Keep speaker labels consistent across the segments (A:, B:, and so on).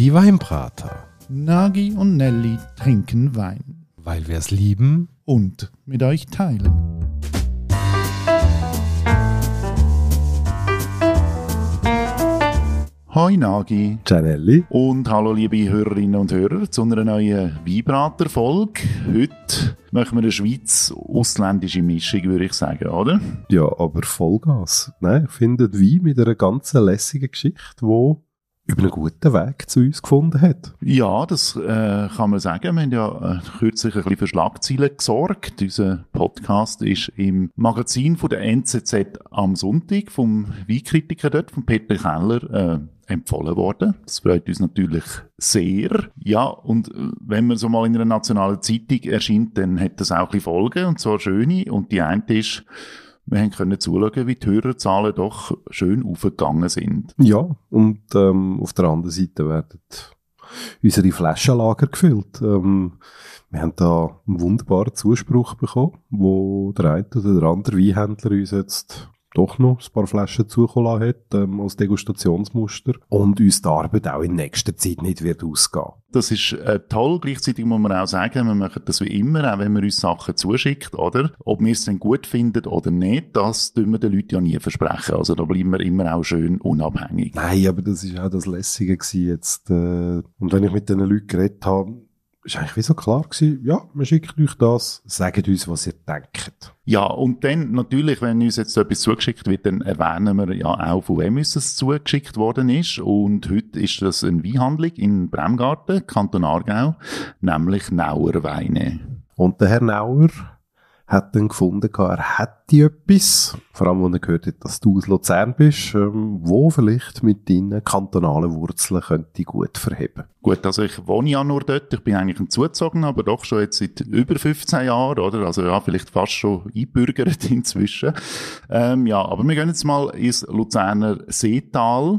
A: Die Weinbrater.
B: Nagi und Nelly trinken Wein.
A: Weil wir es lieben
B: und mit euch teilen. Hoi Nagi.
A: Gianelli.
B: Und hallo liebe Hörerinnen und Hörer zu einer neuen Weinbrater-Folge. Heute machen wir eine Schweiz-ausländische Mischung, würde ich sagen, oder?
A: Ja, aber Vollgas. Nein, ich finde Wein mit einer ganz lässigen Geschichte, die über einen guten Weg zu uns gefunden hat.
B: Ja, das kann man sagen. Wir haben ja kürzlich ein bisschen für Schlagzeilen gesorgt. Unser Podcast ist im Magazin von der NZZ am Sonntag vom Weinkritiker dort, von Peter Keller, empfohlen worden. Das freut uns natürlich sehr. Ja, und wenn man so mal in einer nationalen Zeitung erscheint, dann hat das auch ein bisschen Folgen, und zwar schöne. Und die eine ist, wir können zuschauen, wie die Hörerzahlen doch schön aufgegangen sind.
A: Ja, und auf der anderen Seite werden unsere Flaschenlager gefüllt. Wir haben da einen wunderbaren Zuspruch bekommen, wo der eine oder der andere Weinhändler uns jetzt doch noch ein paar Flaschen zukommen hat, als Degustationsmuster. Und uns die Arbeit auch in nächster Zeit nicht wird ausgehen.
B: Das ist toll. Gleichzeitig muss man auch sagen, wir machen das wie immer, auch wenn man uns Sachen zuschickt, oder? Ob wir es dann gut finden oder nicht, das tun wir den Leuten ja nie versprechen. Also da bleiben wir immer auch schön unabhängig.
A: Nein, aber das ist auch das Lässige gewesen jetzt. Und wenn ich mit den Leuten geredet habe, ist eigentlich wie so klar gewesen, ja, wir schicken euch das, sagt uns, was ihr denkt.
B: Ja, und dann natürlich, wenn uns jetzt etwas zugeschickt wird, dann erwähnen wir ja auch, von wem uns das zugeschickt worden ist. Und heute ist das eine Weinhandlung in Bremgarten, Kanton Aargau, nämlich Nauer Weine.
A: Und der Herr Nauer hat dann gefunden, er hätte etwas, vor allem, als er gehört hat, dass du aus Luzern bist, wo vielleicht mit deinen kantonalen Wurzeln könnte gut verheben.
B: Gut, also ich wohne ja nur dort, ich bin eigentlich ein Zugezogener, aber doch schon jetzt seit über 15 Jahren, oder? Also ja, vielleicht fast schon eingebürgert inzwischen. Ja, aber wir gehen jetzt mal ins Luzerner Seetal,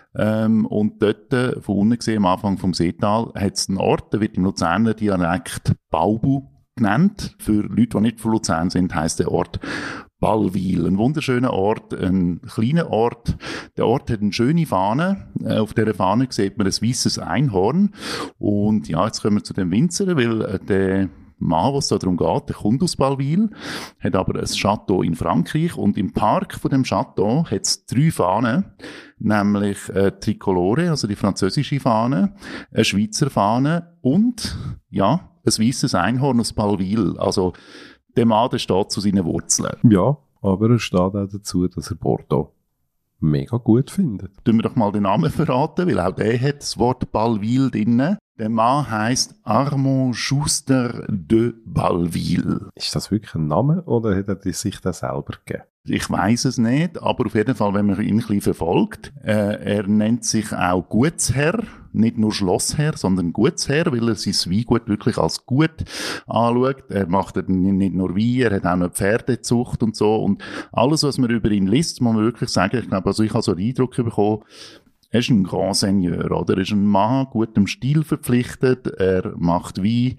B: und dort, von unten gesehen, am Anfang vom Seetal, hat es einen Ort, der wird im Luzerner Dialekt Baubu genannt. Für Leute, die nicht von Luzern sind, heisst der Ort Ballwil. Ein wunderschöner Ort, ein kleiner Ort. Der Ort hat eine schöne Fahne. Auf dieser Fahne sieht man ein weisses Einhorn. Und ja, jetzt kommen wir zu den Winzern, weil der Mann, was es da darum geht, der kommt aus Ballwil, hat aber ein Chateau in Frankreich, und im Park von dem Chateau hat es 3 Fahnen, nämlich Tricolore, also die französische Fahne, eine Schweizer Fahne und, ja, ein weisses Einhorn aus Ballwil. Also, der Mann, der steht zu seinen Wurzeln.
A: Ja, aber er steht auch dazu, dass er Bordeaux mega gut findet.
B: Tun wir doch mal den Namen verraten, weil auch der hat das Wort Ballwil drin. Der Mann heisst Armand Schuster de Ballwil.
A: Ist das wirklich ein Name oder hat er sich das selber gegeben?
B: Ich weiss es nicht, aber auf jeden Fall, wenn man ihn ein bisschen verfolgt, er nennt sich auch Gutsherr, nicht nur Schlossherr, sondern Gutsherr, weil er sein Weingut wirklich als gut anschaut. Er macht nicht nur Wein, er hat auch noch Pferdezucht und so, und alles, was man über ihn liest, muss man wirklich sagen, ich glaube, also ich habe so einen Eindruck bekommen, er ist ein Grand Seigneur, oder? Er ist ein Mann, gutem Stil verpflichtet, er macht Wein,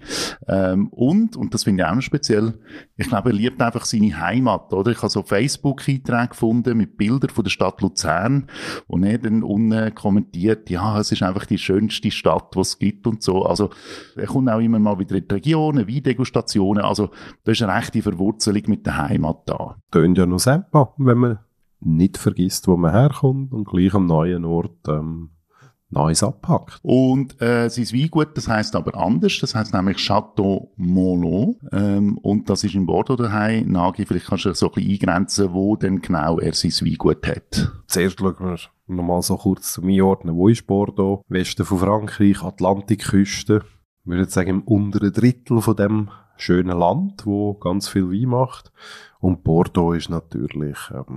B: und das finde ich auch noch speziell, ich glaube, er liebt einfach seine Heimat, oder? Ich habe so Facebook-Einträge gefunden mit Bildern von der Stadt Luzern, und er dann unten kommentiert, ja, es ist einfach die schönste Stadt, die es gibt und so. Also, er kommt auch immer mal wieder in die Regionen, Weindegustationen, also, da ist eine rechte Verwurzelung mit der Heimat da.
A: Tönt ja noch selber, wenn man nicht vergisst, wo man herkommt und gleich am neuen Ort Neues abpackt.
B: Und sein Weingut, das heisst aber anders, das heisst nämlich Château Monod, und das ist in Bordeaux daheim. Nagi, vielleicht kannst du so ein bisschen eingrenzen, wo denn genau er sein Weingut hat.
A: Zuerst schauen wir nochmal so kurz zum Einordnen. Wo ist Bordeaux? Westen von Frankreich, Atlantikküste. Ich würde sagen, im unteren Drittel von dem schönen Land, wo ganz viel Wein macht. Und Bordeaux ist natürlich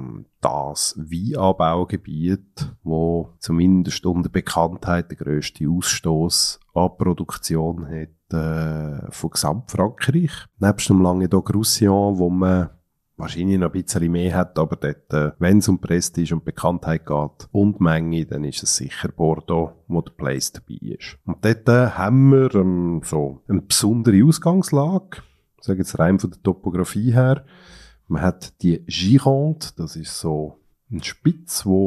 A: das Weinanbaugebiet, wo zumindest unter Bekanntheit der grösste Ausstoß an Produktion hat von Gesamtfrankreich. Nebst dem Languedoc-Roussillon, wo man wahrscheinlich noch ein bisschen mehr hat, aber dort, wenn es um Prestige und Bekanntheit geht und Menge, dann ist es sicher Bordeaux, wo der Place dabei ist. Und dort haben wir so eine besondere Ausgangslage, ich sage jetzt rein von der Topografie her. Man hat die Gironde, das ist so ein Spitz, wo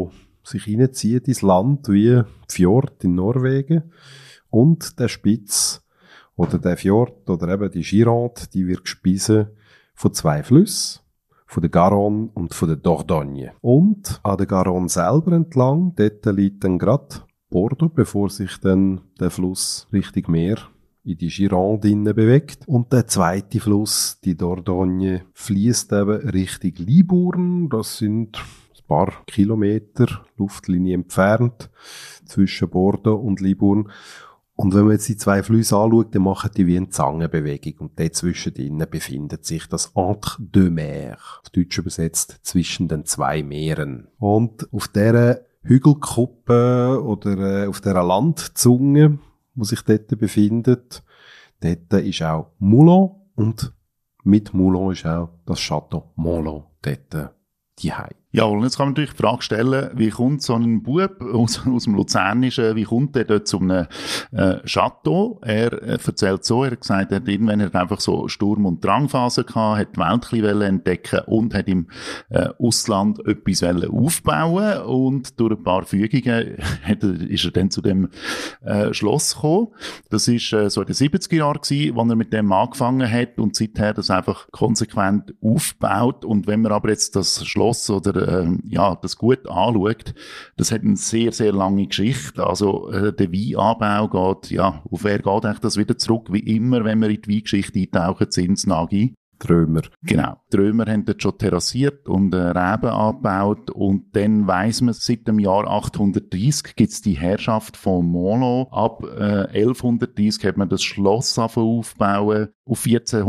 A: sich reinzieht ins Land wie Fjord in Norwegen. Und der Spitz oder der Fjord oder eben die Gironde, die wird gespeisen von 2 Flüssen, von der Garonne und von der Dordogne. Und an der Garonne selber entlang, dort liegt dann gerade Bordeaux, bevor sich dann der Fluss Richtung Meer in die Gironde bewegt. Und der zweite Fluss, die Dordogne, fließt eben Richtung Libourne. Das sind ein paar Kilometer Luftlinie entfernt zwischen Bordeaux und Libourne. Und wenn man jetzt die 2 Flüsse anschaut, dann machen die wie eine Zangenbewegung. Und dort zwischendrin befindet sich das Entre deux Mers. Auf Deutsch übersetzt zwischen den 2 Meeren. Und auf dieser Hügelkuppe oder auf dieser Landzunge, wo sich dort befindet, dort ist auch Moulins und mit Moulins ist auch das Château Montland dort die Hei.
B: Ja, und jetzt kann man natürlich die Frage stellen, wie kommt so ein Bub aus dem Luzernischen, wie kommt der dort zu einem Château? Er erzählt so, er hat gesagt, er hat irgendwann einfach so Sturm- und Drangphase gehabt, hat die Welt ein bisschen entdecken und hat im Ausland etwas aufbauen und durch ein paar Fügungen ist er dann zu dem Schloss gekommen. Das ist so in den 70er Jahren gewesen, wo er mit dem angefangen hat und seither das einfach konsequent aufgebaut. Und wenn man aber jetzt das Schloss oder das gut anschaut, das hat eine sehr, sehr lange Geschichte. Also der Weinanbau geht, auf wer geht eigentlich das wieder zurück? Wie immer, wenn wir in die Weingeschichte eintauchen, sind es Nagi.
A: Die Römer.
B: Genau. Die Römer haben dort schon terrassiert und Reben angebaut und dann weiss man, seit dem Jahr 830 gibt's die Herrschaft von Montland. Ab 1130 hat man das Schloss aufbauen. Auf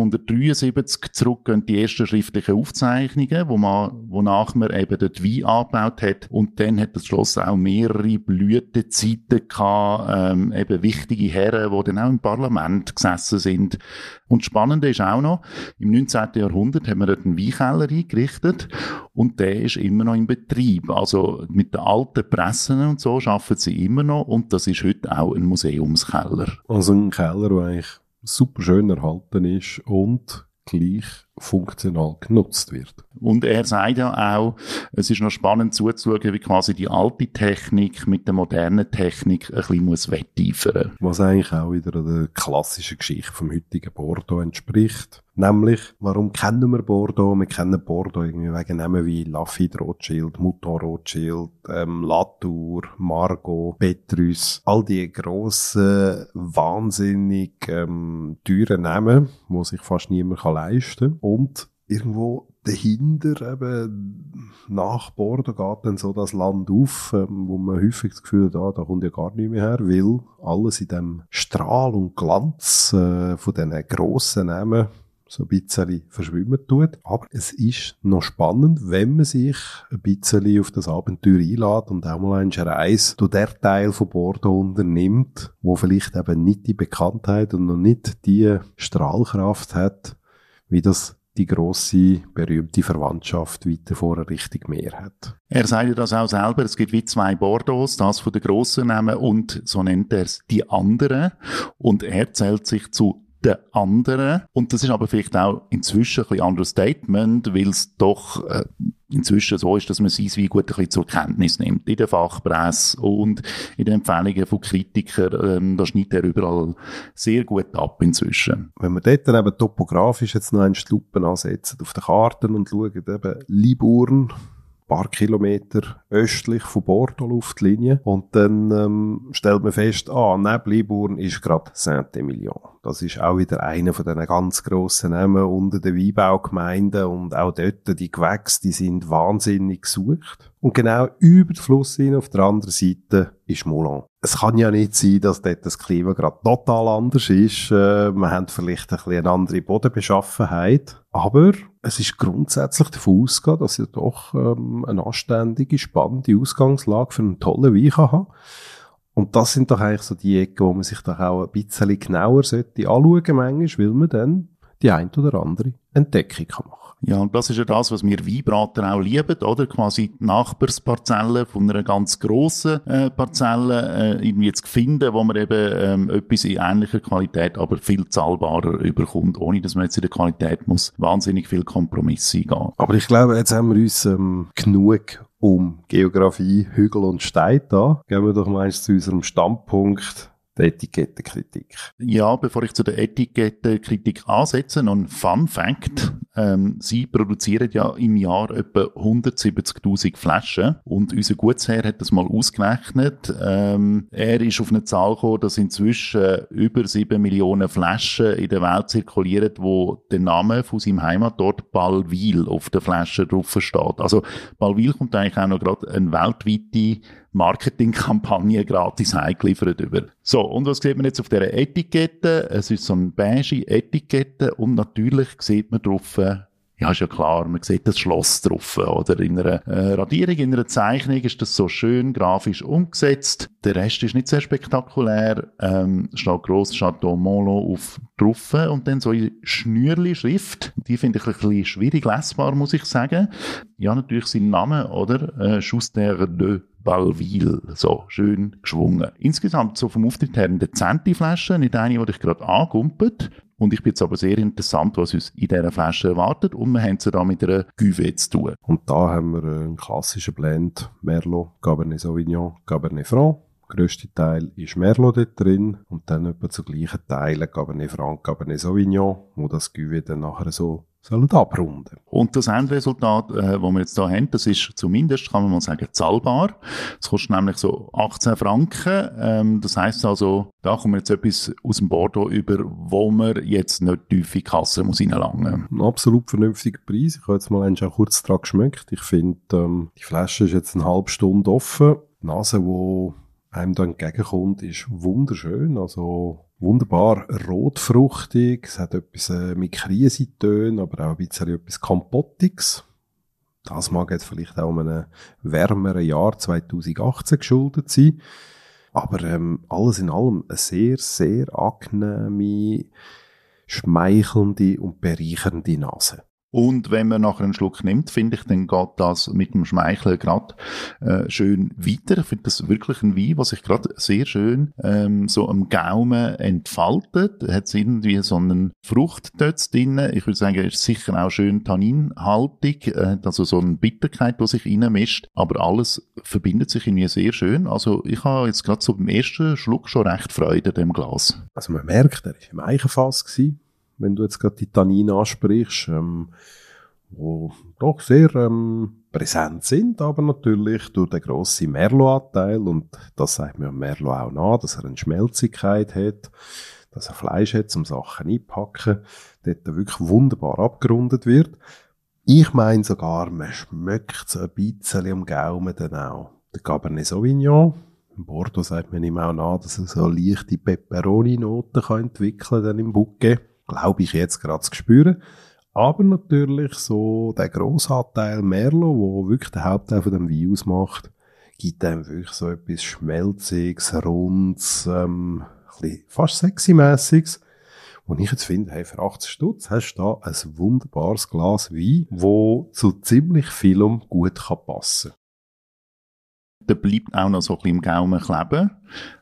B: 1473 zurück gehen die ersten schriftlichen Aufzeichnungen, wonach man eben dort Wein angebaut hat. Und dann hat das Schloss auch mehrere Blütezeiten gehabt, eben wichtige Herren, die dann auch im Parlament gesessen sind. Und das Spannende ist auch noch, im 19. Jahrhundert haben wir dort einen Weinkeller eingerichtet und der ist immer noch in Betrieb. Also mit den alten Pressen und so arbeiten sie immer noch und das ist heute auch ein Museumskeller.
A: Also ein Keller, der eigentlich super schön erhalten ist und gleich funktional genutzt wird.
B: Und er sagt ja auch, es ist noch spannend zuzuschauen, wie quasi die alte Technik mit der modernen Technik ein bisschen wetteifern muss.
A: Was eigentlich auch wieder der klassischen Geschichte vom heutigen Bordeaux entspricht. Nämlich, warum kennen wir Bordeaux? Wir kennen Bordeaux irgendwie wegen Namen wie Lafite Rothschild, Mouton Rothschild, Latour, Margaux, Petrus. All die grossen, wahnsinnig teuren Namen, die sich fast niemand leisten kann. Und irgendwo dahinter eben nach Bordeaux geht dann so das Land auf, wo man häufig das Gefühl hat, da kommt ja gar nicht mehr her, weil alles in dem Strahl und Glanz von diesen grossen Namen so ein bisschen verschwimmen tut. Aber es ist noch spannend, wenn man sich ein bisschen auf das Abenteuer einlädt und auch mal eine Reise durch den Teil von Bordeaux unternimmt, wo vielleicht eben nicht die Bekanntheit und noch nicht die Strahlkraft hat, wie das die grosse, berühmte Verwandtschaft weiter vorher Richtung Meer hat.
B: Er sagt ja das auch selber, es gibt wie 2 Bordeaux, das von den grossen Namen und so nennt er es die anderen. Und er zählt sich zu den anderen. Und das ist aber vielleicht auch inzwischen ein bisschen anderes Statement, weil es doch inzwischen so ist, dass man sein Wein gut ein bisschen zur Kenntnis nimmt. In der Fachpresse und in den Empfehlungen von Kritikern. Da schneidet er überall sehr gut ab inzwischen.
A: Wenn wir dort dann eben topografisch jetzt noch einen Lupen ansetzen auf den Karten und schauen eben Libourne, paar Kilometer östlich von Bordeaux Luftlinie. Und dann stellt man fest, neben Libourne ist gerade Saint-Émilion. Das ist auch wieder einer von diesen ganz grossen Namen unter den Weinbaugemeinden. Und auch dort, die Gewächse, die sind wahnsinnig gesucht. Und genau über den Fluss hin, auf der anderen Seite, ist Moulins. Es kann ja nicht sein, dass dort das Klima gerade total anders ist. Wir haben vielleicht ein bisschen eine andere Bodenbeschaffenheit. Aber es ist grundsätzlich davon ausgegangen, dass ich doch eine anständige, spannende Ausgangslage für einen tollen Wein haben kann. Und das sind doch eigentlich so die Ecken, wo man sich doch auch ein bisschen genauer anschauen sollte, manchmal, weil man dann die ein oder andere Entdeckung machen kann.
B: Ja, und das ist ja das, was wir Weinbrater auch lieben, oder? Quasi die Nachbarsparzelle von einer ganz grossen Parzelle irgendwie zu finden, wo man eben etwas in ähnlicher Qualität, aber viel zahlbarer überkommt, ohne dass man jetzt in der Qualität muss wahnsinnig viel Kompromisse eingehen.
A: Aber ich glaube, jetzt haben wir uns genug um Geografie, Hügel und Steine da. Gehen wir doch mal zu unserem Standpunkt, der Etikettenkritik.
B: Ja, bevor ich zu der Etikettenkritik ansetze, noch ein Fun Fact. Sie produzieren ja im Jahr etwa 170.000 Flaschen und unser Gutsherr hat das mal ausgerechnet. Er ist auf eine Zahl gekommen, dass inzwischen über 7 Millionen Flaschen in der Welt zirkulieren, wo der Name von seinem Heimatort Ballwil auf der Flasche drauf steht. Also Ballwil kommt eigentlich auch noch gerade eine weltweite Marketingkampagne gratis eingeliefert über. So, und was sieht man jetzt auf dieser Etikette? Es ist so eine beige Etikette und natürlich sieht man drauf, ja, ist ja klar, man sieht das Schloss drauf, oder? In einer Radierung, in einer Zeichnung ist das so schön grafisch umgesetzt. Der Rest ist nicht sehr spektakulär. Steht gross Chateau Molo auf drauf und dann so in Schnürli-Schrift. Die finde ich ein bisschen schwierig lesbar, muss ich sagen. Ja, natürlich sein Name, oder? Schuster de Ballwil. So, schön geschwungen. Insgesamt so vom Auftritt her eine dezente Flasche, nicht eine, die dich gerade angumpelt. Und ich bin jetzt aber sehr interessant, was uns in dieser Flasche erwartet. Und wir haben es da mit einer Cuvée zu tun.
A: Und da haben wir einen klassischen Blend. Merlot, Cabernet Sauvignon, Cabernet Franc. Der grösste Teil ist Merlot dort drin. Und dann etwa zu gleichen Teilen Cabernet Franc, Cabernet Sauvignon, wo das Cuvée dann nachher so sollen abrunden.
B: Und das Endresultat, das wir jetzt hier haben, das ist zumindest, kann man mal sagen, zahlbar. Es kostet nämlich so 18 Franken. Das heisst also, da kommen wir jetzt etwas aus dem Bordeaux über, wo man jetzt nicht tief in die Kasse muss reinlangen.
A: Ein absolut vernünftiger Preis. Ich habe jetzt mal auch kurz dran geschmeckt. Ich finde, die Flasche ist jetzt eine halbe Stunde offen. Die Nase, die einem da entgegenkommt, ist wunderschön. Also wunderbar rotfruchtig. Es hat etwas mit Krisentönen, aber auch ein bisschen etwas Kompottiges. Das mag jetzt vielleicht auch einem wärmeren Jahr 2018 geschuldet sein. Aber alles in allem eine sehr, sehr angenehme, schmeichelnde und bereichernde Nase.
B: Und wenn man nachher einen Schluck nimmt, finde ich, dann geht das mit dem Schmeicheln gerade schön weiter. Ich finde das wirklich ein Wein, was sich gerade sehr schön so am Gaumen entfaltet. Hat irgendwie so einen Fruchttötz drin. Ich würde sagen, er ist sicher auch schön tanninhaltig. Hat also so eine Bitterkeit, die sich reinmischt. Aber alles verbindet sich irgendwie sehr schön. Also ich habe jetzt gerade so beim ersten Schluck schon recht Freude an dem Glas.
A: Also man merkt, er war im Eichenfass gewesen. Wenn du jetzt gerade die Tannine ansprichst, wo doch sehr präsent sind, aber natürlich durch den grossen Merlot-Anteil, und das sagt mir am Merlot auch nach, dass er eine Schmelzigkeit hat, dass er Fleisch hat, um Sachen einpacken, dort wirklich wunderbar abgerundet wird. Ich meine sogar, man schmeckt es ein bisschen am Gaumen dann auch. Der Cabernet Sauvignon, im Bordeaux sagt man ihm auch nach, dass er so leichte Peperoni-Noten entwickeln kann im Bouquet. Glaube ich jetzt gerade zu spüren. Aber natürlich so der grosse Anteil Merlot, wo wirklich den Hauptteil von dem Wein ausmacht, gibt einem wirklich so etwas Schmelziges, Rundes, bisschen fast sexy-mässiges. Und ich jetzt finde, hey, für 80 Stutz hast du da ein wunderbares Glas Wein, wo zu ziemlich vielem gut passen kann.
B: Der bleibt auch noch so ein bisschen im Gaumen kleben.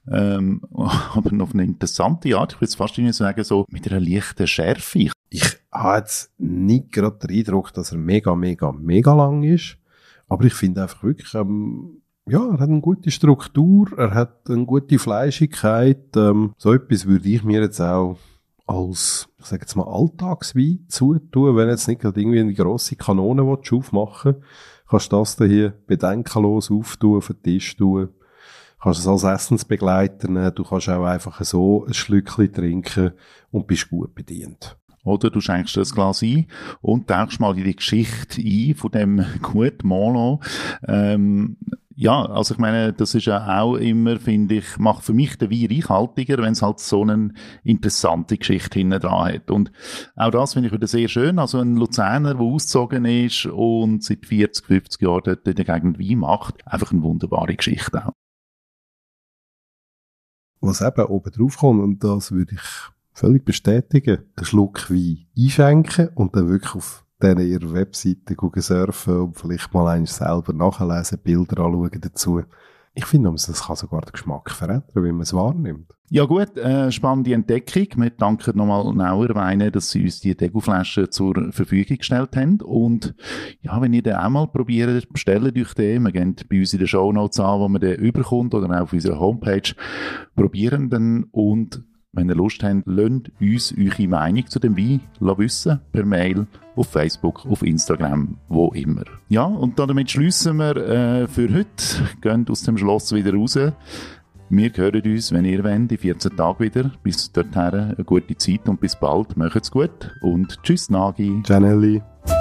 B: Aber noch auf eine interessante Art. Ich würde jetzt fast sagen, so mit einer leichten Schärfe.
A: Ich habe jetzt nicht gerade den Eindruck, dass er mega lang ist. Aber ich finde einfach wirklich, ja, er hat eine gute Struktur, er hat eine gute Fleischigkeit. So etwas würde ich mir jetzt auch als, ich sage jetzt mal, Alltagswein zutun, wenn jetzt nicht gerade irgendwie eine grosse Kanone aufmachen willst. Kannst du das hier bedenkenlos auftun, auf den Tisch tun. Kannst es als Essensbegleiter nehmen. Du kannst auch einfach so ein Schlückchen trinken und bist gut bedient.
B: Oder du schenkst dir das Glas ein und tauchst mal in die Geschichte ein von dem guten Molo. Ja, also ich meine, das ist ja auch immer, finde ich, macht für mich den Wein reichhaltiger, wenn es halt so eine interessante Geschichte hinten dran hat. Und auch das finde ich wieder sehr schön. Also ein Luzerner, der ausgezogen ist und seit 40, 50 Jahren dort in der Gegend Wein macht, einfach eine wunderbare Geschichte auch.
A: Was eben oben drauf kommt, und das würde ich völlig bestätigen, einen Schluck Wein einschenken und dann wirklich auf dann ihre Webseite surfen und vielleicht mal eins selber nachlesen, Bilder anschauen dazu. Ich finde, das kann sogar den Geschmack verändern, wie man es wahrnimmt.
B: Ja gut, spannende Entdeckung. Wir danken nochmal Nauer Weine, dass sie uns die Deguflaschen zur Verfügung gestellt haben. Und ja, wenn ihr den auch mal probiert, bestellt euch den. Wir gehen bei uns in den Shownotes an, wo man den überkommt oder auch auf unserer Homepage. Probieren den und wenn ihr Lust habt, lasst uns eure Meinung zu dem Wein wissen, per Mail, auf Facebook, auf Instagram, wo immer. Ja, und damit schliessen wir für heute. Gehen aus dem Schloss wieder raus. Wir hören uns, wenn ihr wollt, in 14 Tagen wieder. Bis dorthin eine gute Zeit und bis bald. Macht's gut und tschüss, Nagi.
A: Janelli.